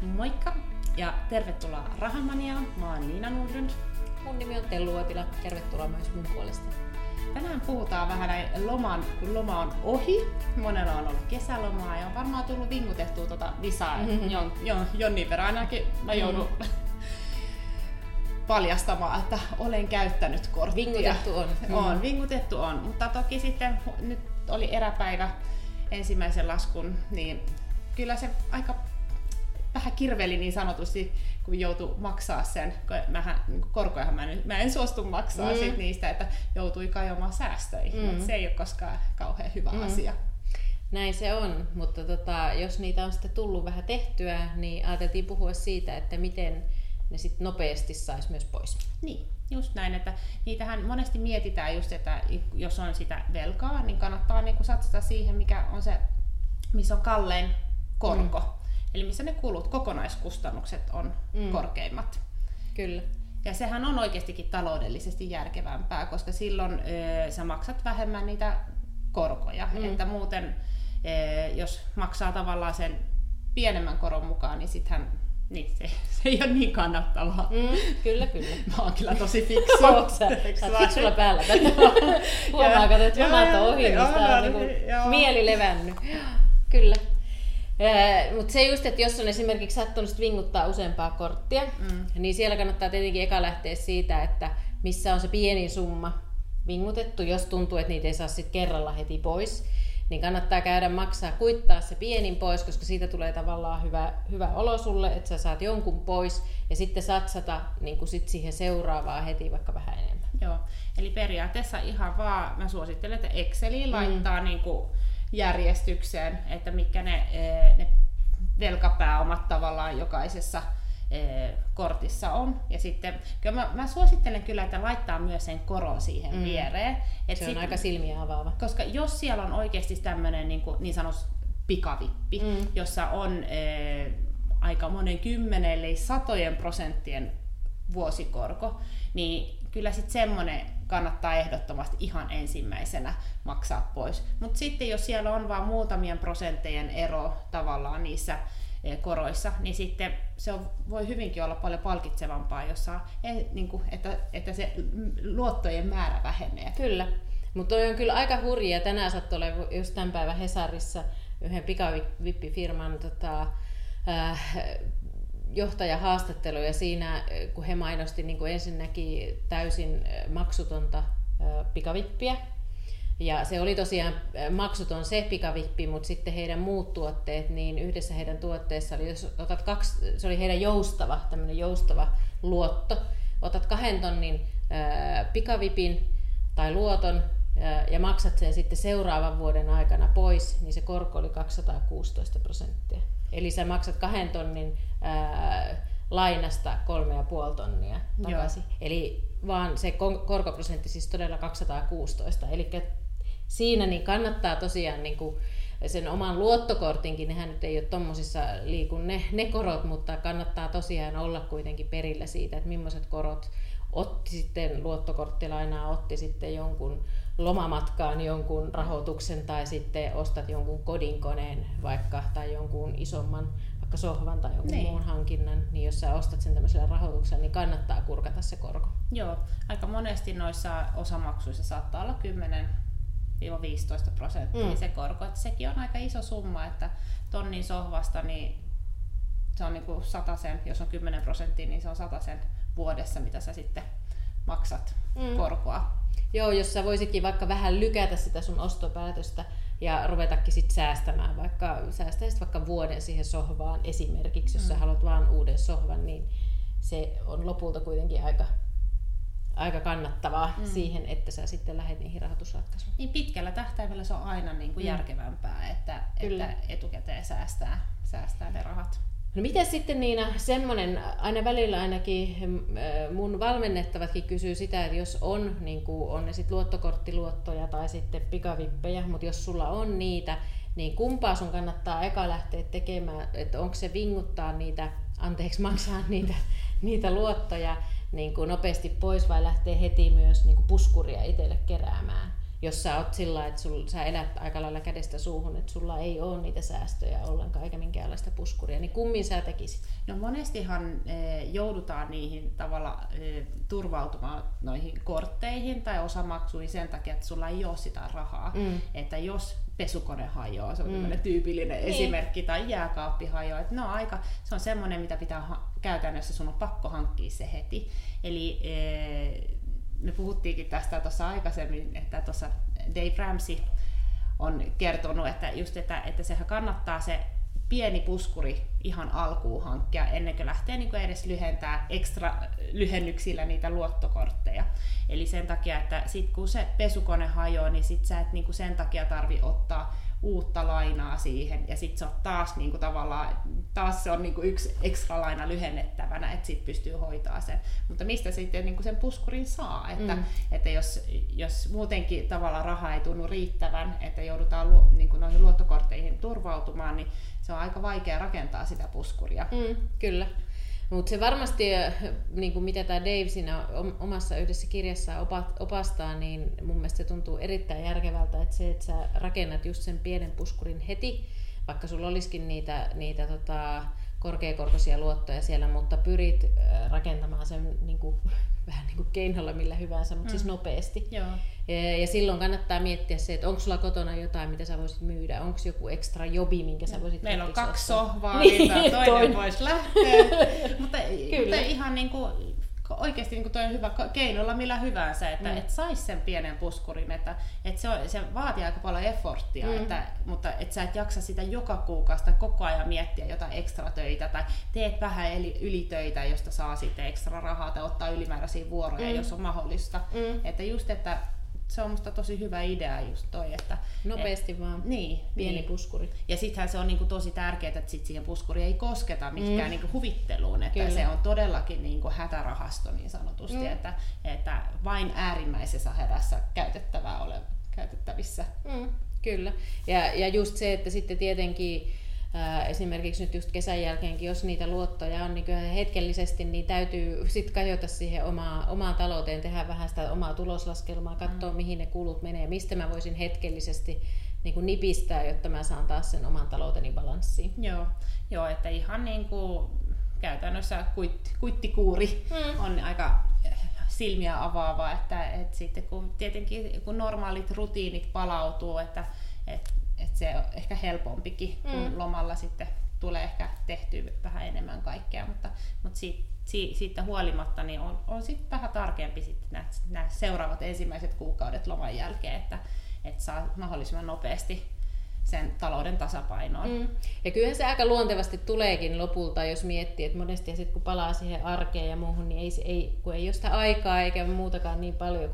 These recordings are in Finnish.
Moikka ja tervetuloa Rahamaniaan. Mä oon Niina Nordlund. Mun nimi on Tellu Uotila. Tervetuloa myös mun puolesta. Tänään puhutaan vähän näin kun loma on ohi. Monella on ollut kesälomaa ja on varmaan tullut vingutettua visaa. Jonnin verran ainakin mä joudun paljastamaan, että olen käyttänyt korttia. Vingutettu on. Mutta toki sitten nyt oli eräpäivä ensimmäisen laskun, niin kyllä se aika vähän kirveli niin sanotusti, kun joutui maksaa sen. Korkojahan mä en suostu maksaa sit niistä, että joutui kajoamaan säästöihin. Se ei ole koskaan kauhean hyvä asia. Näin se on, mutta jos niitä on sitten tullut vähän tehtyä, niin ajateltiin puhua siitä, että miten ne sitten nopeasti saisi myös pois. Niin, just näin, että niitähän monesti mietitään just, että jos on sitä velkaa, niin kannattaa niinku satsata siihen, mikä on se, missä on kallein korko. Eli missä ne kulut, kokonaiskustannukset on korkeimmat. Kyllä. Ja sehän on oikeastikin taloudellisesti järkevämpää, koska silloin sä maksat vähemmän niitä korkoja. Että muuten, jos maksaa tavallaan sen pienemmän koron mukaan, niin sittenhän se ei ole niin kannattavaa. Kyllä. Mä oon kyllä tosi fiksu. Sä oot fiksulla päällä. Huomaa, että lomat on ohi, niin sitä on mieli levännyt. Kyllä. Mutta se just, että jos on esimerkiksi sattunut vinguttaa useampaa korttia, niin siellä kannattaa tietenkin eka lähteä siitä, että missä on se pienin summa vingutettu. Jos tuntuu, että niitä ei saa sit kerralla heti pois, niin kannattaa käydä kuittaa se pienin pois, koska siitä tulee tavallaan hyvä olo sulle, että sä saat jonkun pois ja sitten satsata niin kun sit siihen seuraavaan heti vaikka vähän enemmän. Joo, eli periaatteessa ihan vaan mä suosittelen, että Exceliin laittaa niinku järjestykseen, että mitkä ne velkapääomat tavallaan jokaisessa kortissa on. Ja sitten kyllä mä suosittelen kyllä, että laittaa myös sen koron siihen viereen. Se on aika silmiä avaava. Koska jos siellä on oikeasti tämmöinen niin sanottu pikavippi, jossa on aika monen 10 eli 100% vuosikorko, niin kyllä sitten semmoinen kannattaa ehdottomasti ihan ensimmäisenä maksaa pois. Mutta sitten jos siellä on vain muutamien prosenttejen ero tavallaan niissä koroissa, niin sitten se voi hyvinkin olla paljon palkitsevampaa, että se luottojen määrä vähenee. Kyllä, mutta toi on kyllä aika hurjaa. Tänään sattui olemaan just tämän päivän Hesarissa yhden pikavippifirman johtajahaastattelu, ja siinä kun he mainosti niin ensinnäkin täysin maksutonta pikavippiä, ja se oli tosiaan maksuton se pikavippi, mutta sitten heidän muut tuotteet, niin yhdessä heidän tuotteessa oli, jos otat se oli heidän joustava luotto, otat 2 tonnin pikavipin tai luoton ja maksat sen sitten seuraavan vuoden aikana pois, niin se korko oli 216%. Eli sä maksat 2 tonnin lainasta 3,5 tonnia takaisin. Joo. Eli vaan se korkoprosentti siis todella 216. Eli siinä niin kannattaa tosiaan niin kuin sen oman luottokortinkin, nehän nyt ei ole tommosissa liiku ne korot, mutta kannattaa tosiaan olla kuitenkin perillä siitä, että millaiset korot otti sitten luottokorttilainaa, otti sitten jonkun lomamatkaan jonkun rahoituksen tai sitten ostat jonkun kodinkoneen vaikka tai jonkun isomman vaikka sohvan tai jonkun muun hankinnan, niin jos sä ostat sen tämmöisellä rahoituksella, niin kannattaa kurkata se korko. Joo, aika monesti noissa osamaksuissa saattaa olla 10-15% se korko, että sekin on aika iso summa, että tonnin sohvasta niin se on niinku 100 sen, jos on 10%, niin se on 100 sen vuodessa, mitä sä sitten maksat korkoa. Joo, jos sä voisitkin vaikka vähän lykätä sitä sun ostopäätöstä ja ruvetakin sit säästämään, säästäisit vaikka vuoden siihen sohvaan esimerkiksi, jos sä haluat vaan uuden sohvan, niin se on lopulta kuitenkin aika kannattavaa siihen, että sä sitten lähdet niihin rahoitusratkaisuihin. Niin pitkällä tähtäimellä se on aina niin kuin järkevämpää, että etukäteen säästää ne rahat. No miten sitten Niina, semmoinen, aina välillä ainakin mun valmennettavatkin kysyy sitä, että jos on, niin kuin on ne sitten luottokorttiluottoja tai sitten pikavippejä, mutta jos sulla on niitä, niin kumpaa sun kannattaa eka lähteä tekemään, että onko se vinguttaa maksaa niitä luottoja niin kuin nopeasti pois vai lähtee heti myös niin kuin puskuria itselle keräämään. jos sä oot sillä, että sä elät aika lailla kädestä suuhun, että sulla ei ole niitä säästöjä ollenkaan eikä minkäänlaista puskuria, niin kummin sä tekisit? No monestihan joudutaan niihin tavalla turvautumaan noihin kortteihin tai osamaksuihin sen takia, että sulla ei ole sitä rahaa. Että jos pesukone hajoaa, se on tämmöinen tyypillinen esimerkki, tai jääkaappi hajoaa, että se on semmoinen, mitä pitää käytännössä sun on pakko hankkia se heti. Eli me puhuttiinkin tästä tuossa aikaisemmin, että tuossa Dave Ramsey on kertonut, että sehän kannattaa se pieni puskuri ihan alkuun hankkia ennen kuin lähtee niin kuin edes lyhentää ekstra lyhennyksillä niitä luottokortteja. Eli sen takia, että sit kun se pesukone hajoaa, niin sit sä et niin kuin sen takia tarvi ottaa uutta lainaa siihen, ja sitten se on taas niinku tavallaan taas se on niinku yksi ekstra laina lyhennettävänä, että sit pystyy hoitaa sen. Mutta mistä sitten niinku sen puskurin saa, että jos muutenkin tavallaan raha ei tunnu riittävän, että joudutaan niinku noihin luottokortteihin turvautumaan, niin se on aika vaikea rakentaa sitä puskuria. Kyllä. Mutta se varmasti, niin kuin mitä tämä Dave siinä omassa yhdessä kirjassaan opastaa, niin mun mielestä se tuntuu erittäin järkevältä, että se, että sä rakennat just sen pienen puskurin heti, vaikka sulla olisikin niitä korkeakorkoisia luottoja siellä, mutta pyrit rakentamaan sen niin kuin, vähän niin kuin keinolla millä hyvänsä, mutta siis nopeasti. Joo. Ja silloin kannattaa miettiä se, että onko sulla kotona jotain, mitä sä voisit myydä, onko joku ekstra jobi, minkä sä voisit meillä on 2 ottaa. sohvaa, niin toinen voisi lähteä, mutta ihan niin kuin, oikeasti niin kuin toi on hyvä keinolla millä hyvänsä, että et saisi sen pienen puskurin, että se vaatii aika paljon efforttia, mutta et sä et jaksa sitä joka kuukausi tai koko ajan miettiä jotain ekstra töitä tai teet vähän ylitöitä, josta saa sitten ekstra rahaa tai ottaa ylimääräisiä vuoroja, jos on mahdollista. Että just, että se on musta tosi hyvä idea just toi, että nopeasti vaan pieni puskuri. Ja sittenhän se on niinku tosi tärkeää, että sit siihen puskuriin ei kosketa mikään niinku huvitteluun, että se on todellakin niinku hätärahasto niin sanotusti, että vain äärimmäisessä hädässä käytettävissä. Kyllä. Ja just se, että sitten tietenkin esimerkiksi nyt just kesän jälkeenkin, jos niitä luottoja on, niin hetkellisesti niin täytyy sitten kajota siihen omaan talouteen, tehdä vähän sitä omaa tuloslaskelmaa, katsoa mihin ne kulut menee, mistä mä voisin hetkellisesti niin kuin nipistää, jotta mä saan taas sen oman talouteni balanssiin. Joo, että ihan niin kuin käytännössä kuittikuuri on aika silmiä avaava, että sitten tietenkin kun normaalit rutiinit palautuu, että se on ehkä helpompikin, kun lomalla sitten tulee ehkä tehtyä vähän enemmän kaikkea, mutta siitä huolimatta niin on sitten vähän tarkempi sitten nämä seuraavat ensimmäiset kuukaudet loman jälkeen, että saa mahdollisimman nopeasti sen talouden tasapainoon. Ja kyllähän se aika luontevasti tuleekin lopulta, jos miettii, että monesti sit, kun palaa siihen arkeen ja muuhun, niin kun ei ole sitä aikaa eikä muutakaan niin paljon,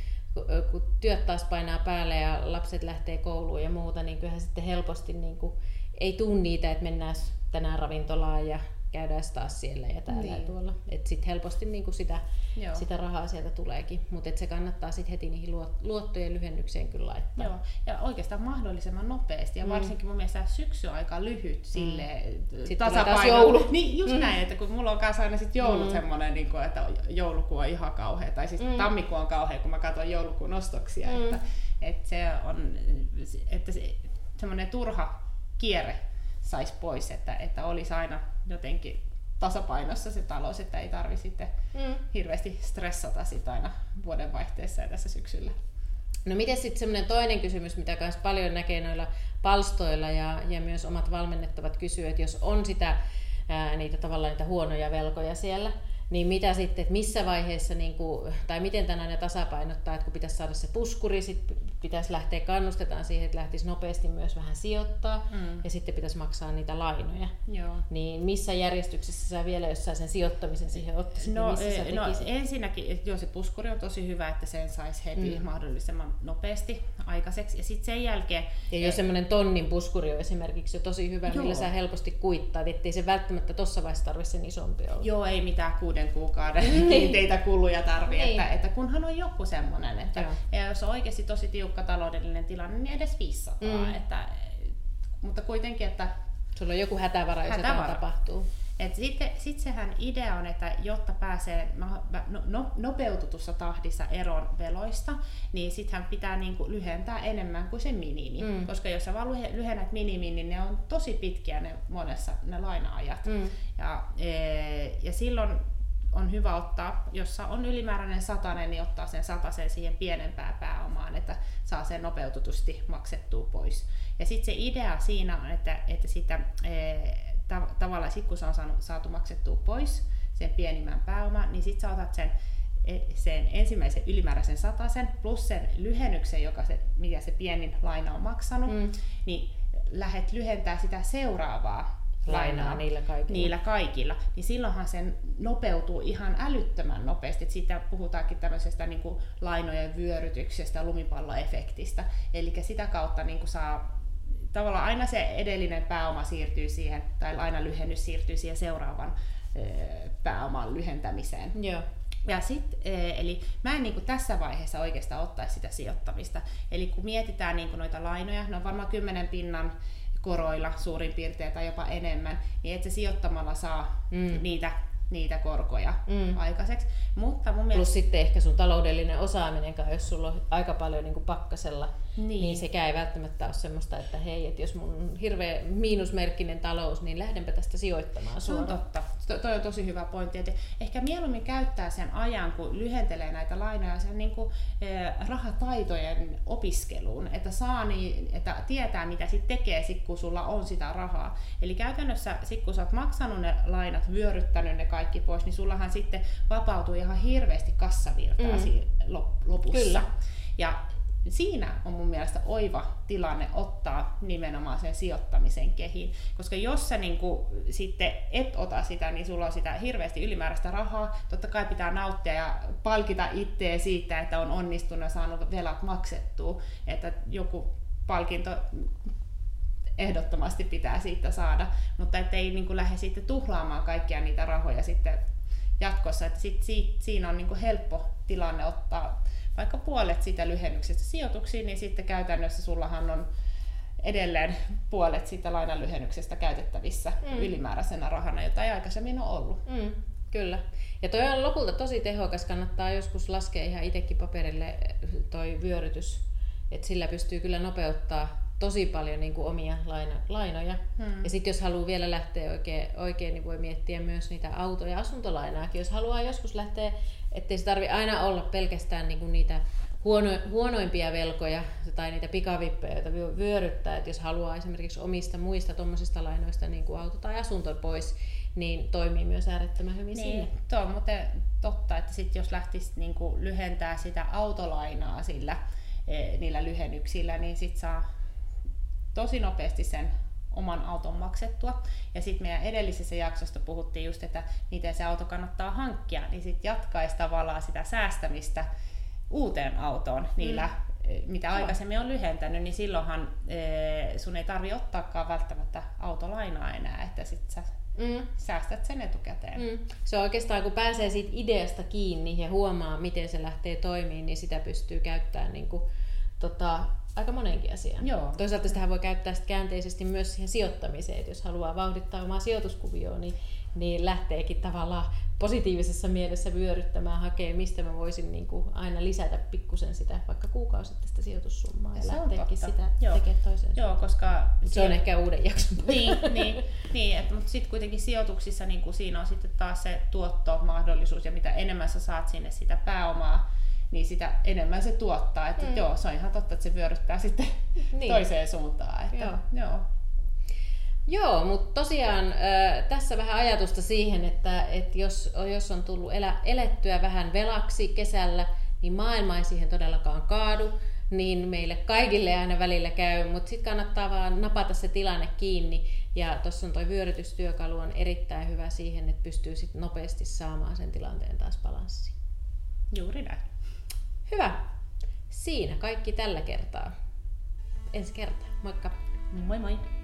kun työt taas painaa päälle ja lapset lähtee kouluun ja muuta, niin kyllähän sitten helposti niin kuin, ei tule niitä, että mennään tänään ravintolaan ja käydään taas siellä ja täällä ja tuolla. Että sitten helposti niin kuin sitä rahaa sieltä tuleekin, mutta se kannattaa sitten heti niihin luottojen lyhennykseen kyllä laittaa. Joo, ja oikeastaan mahdollisimman nopeasti ja varsinkin mun mielestä syksy on aika lyhyt silleen tasapaino. Niin just näin, että kun mulla on kanssa aina sit joulut semmoinen, niin kuin, että joulukuu on ihan kauhea, tai siis tammikuu on kauhea, kun mä katson joulukuun ostoksia, että se on, että semmoinen turha kierre saisi pois, että olisi aina jotenkin tasapainossa se talous, että ei tarvitse sitten hirveästi stressata sitä aina vuodenvaihteessa ja tässä syksyllä. No miten sitten semmoinen toinen kysymys, mitä myös paljon näkee noilla palstoilla ja myös omat valmennettavat kysyy, että jos on niitä huonoja velkoja siellä, niin mitä sitten, että missä vaiheessa, tai miten tänään ne tasapainottaa, että kun pitäisi saada se puskuri, sitten pitäisi lähteä, kannustetaan siihen, että lähtisi nopeasti myös vähän sijoittaa, ja sitten pitäisi maksaa niitä lainoja. Joo. Niin missä järjestyksessä sä vielä, jos sä sen sijoittamisen siihen ottaisit, niin missä sä tekisit? Ensinnäkin, että se puskuri on tosi hyvä, että sen saisi heti mahdollisimman nopeasti aikaiseksi, ja sitten sen jälkeen... Ja jos semmoinen tonnin puskuri on esimerkiksi jo tosi hyvä, millä sä helposti kuittaat, ettei se välttämättä tuossa vaiheessa tarvitse sen isompi olla. Joo, ei mitään 6 kuukauden kiinteitä kuluja tarvitse, että kunhan on joku semmoinen, että ja jos on oikeasti tosi tiukka taloudellinen tilanne, niin edes 500, mutta kuitenkin, että sulla on joku hätävara, jos jotain tapahtuu. Sitten sehän idea on, että jotta pääsee nopeutetussa tahdissa eroon veloista, niin sittenhän pitää niinku lyhentää enemmän kuin se minimi. Koska jos sä vaan lyhennät minimin, niin ne on tosi pitkiä ne monessa ne laina-ajat. Ja silloin on hyvä ottaa, jos on ylimääräinen 100, niin ottaa sen 100 siihen pienempään pääomaan, että saa sen nopeutetusti maksettua pois. Ja sitten se idea siinä on, että sitä tavallaan sit kun se on saatu maksettua pois, sen pienimmän pääoman, niin sitten sä otat sen ensimmäisen ylimääräisen 100 plus sen lyhennyksen, mikä se pienin laina on maksanut, niin lähdet lyhentää sitä seuraavaa lainaa niillä kaikilla. Niin silloinhan sen nopeutuu ihan älyttömän nopeasti. Siitä puhutaankin tämmöisestä niin kuin lainojen vyörytyksestä, lumipalloefektistä. Eli sitä kautta niin kuin saa tavallaan aina se edellinen pääoma siirtyy siihen, tai lainalyhennys siirtyy siihen seuraavan pääoman lyhentämiseen. Joo. Ja eli mä en niin kuin tässä vaiheessa oikeastaan ottaisi sitä sijoittamista. Eli kun mietitään niin kuin noita lainoja, ne on varmaan 10 pinnan koroilla suurin piirtein tai jopa enemmän, niin et se sijoittamalla saa niitä korkoja aikaiseksi. Mutta mun mielestä... Plus sitten ehkä sun taloudellinen osaaminen, jos sulla on aika paljon niin kuin pakkasella, niin sekään ei välttämättä ole semmoista, että hei, että jos mun on hirveä miinusmerkkinen talous, niin lähdenpä tästä sijoittamaan suoraan. Se on totta. Toi on tosi hyvä pointti. Että ehkä mieluummin käyttää sen ajan, kun lyhentelee näitä lainoja sen niin kuin, rahataitojen opiskeluun, että että tietää, mitä sitten tekee, kun sulla on sitä rahaa. Eli käytännössä, kun sä oot maksanut ne lainat, vyöryttänyt ne kaikki pois, niin sullahan sitten vapautuu ihan hirveästi kassavirtaa lopussa. Kyllä. Ja siinä on mun mielestä oiva tilanne ottaa nimenomaan sen sijoittamisen kehiin, koska jos sä niinku sitten et ota sitä, niin sulla on sitä hirveästi ylimääräistä rahaa, totta kai pitää nauttia ja palkita itseä siitä, että on onnistunut ja saanut velat maksettua, että joku palkinto ehdottomasti pitää siitä saada, mutta ettei niinku lähde sitten tuhlaamaan kaikkia niitä rahoja sitten jatkossa, että siinä on niinku helppo tilanne ottaa vaikka puolet siitä lyhennyksestä sijoituksiin, niin sitten käytännössä sullahan on edelleen puolet siitä lainalyhennyksestä käytettävissä ylimääräisenä rahana, jota ei aikaisemmin ole ollut. Kyllä. Ja toi on lopulta tosi tehokas, kannattaa joskus laskea ihan itsekin paperille toi vyörytys, että sillä pystyy kyllä nopeuttaa tosi paljon niin kuin omia lainoja. Ja sitten jos haluaa vielä lähteä oikein, niin voi miettiä myös niitä auto- ja asuntolainaakin. Jos haluaa joskus lähteä, ettei se tarvitse aina olla pelkästään niin kuin niitä huonoimpia velkoja tai niitä pikavippejä, joita vyöryttää. Että jos haluaa esimerkiksi omista muista tuommoisista lainoista niin kuin auto tai asunto pois, niin toimii myös äärettömän hyvin siinä. Tuo on muuten totta, että sit jos lähtisi niin kuin lyhentää sitä autolainaa niillä lyhennyksillä, niin sit saa tosi nopeasti sen oman auton maksettua. Ja sitten meidän edellisessä jaksossa puhuttiin just, että miten se auto kannattaa hankkia, niin sitten jatkaisi tavallaan sitä säästämistä uuteen autoon niillä, mitä aikaisemmin on lyhentänyt, niin silloinhan sun ei tarvitse ottaakaan välttämättä autolainaa enää, että sitten sä säästät sen etukäteen. Se on oikeastaan, kun pääsee siitä ideasta kiinni ja huomaa, miten se lähtee toimimaan, niin sitä pystyy käyttämään niin kuin, aika monenkin asiaan. Joo. Toisaalta sitä voi käyttää sit käänteisesti myös siihen sijoittamiseen, että jos haluaa vauhdittaa omaa sijoituskuvioon, niin lähteekin tavallaan positiivisessa mielessä vyöryttämään, hakee, mistä mä voisin niin kuin aina lisätä pikkusen sitä vaikka kuukausittaista sijoitussummaa ja lähteekin sitä tekemään toiseen. Joo, koska se on ehkä uuden jakson. Mutta sitten kuitenkin sijoituksissa niin siinä on sitten taas se tuottomahdollisuus ja mitä enemmän sä saat sinne sitä pääomaa, niin sitä enemmän se tuottaa. Että joo, se on ihan totta, että se vyöryttää sitten toiseen suuntaan. Että, Joo, mutta tosiaan tässä vähän ajatusta siihen, että jos on tullut elettyä vähän velaksi kesällä, niin maailma ei siihen todellakaan kaadu, niin meille kaikille aina välillä käy, mutta sitten kannattaa vaan napata se tilanne kiinni. Ja tuossa on tuo vyörytystyökalu on erittäin hyvä siihen, että pystyy sitten nopeasti saamaan sen tilanteen taas balanssiin. Juuri näin. Hyvä. Siinä kaikki tällä kertaa. Ensi kertaa. Moikka. Moi moi.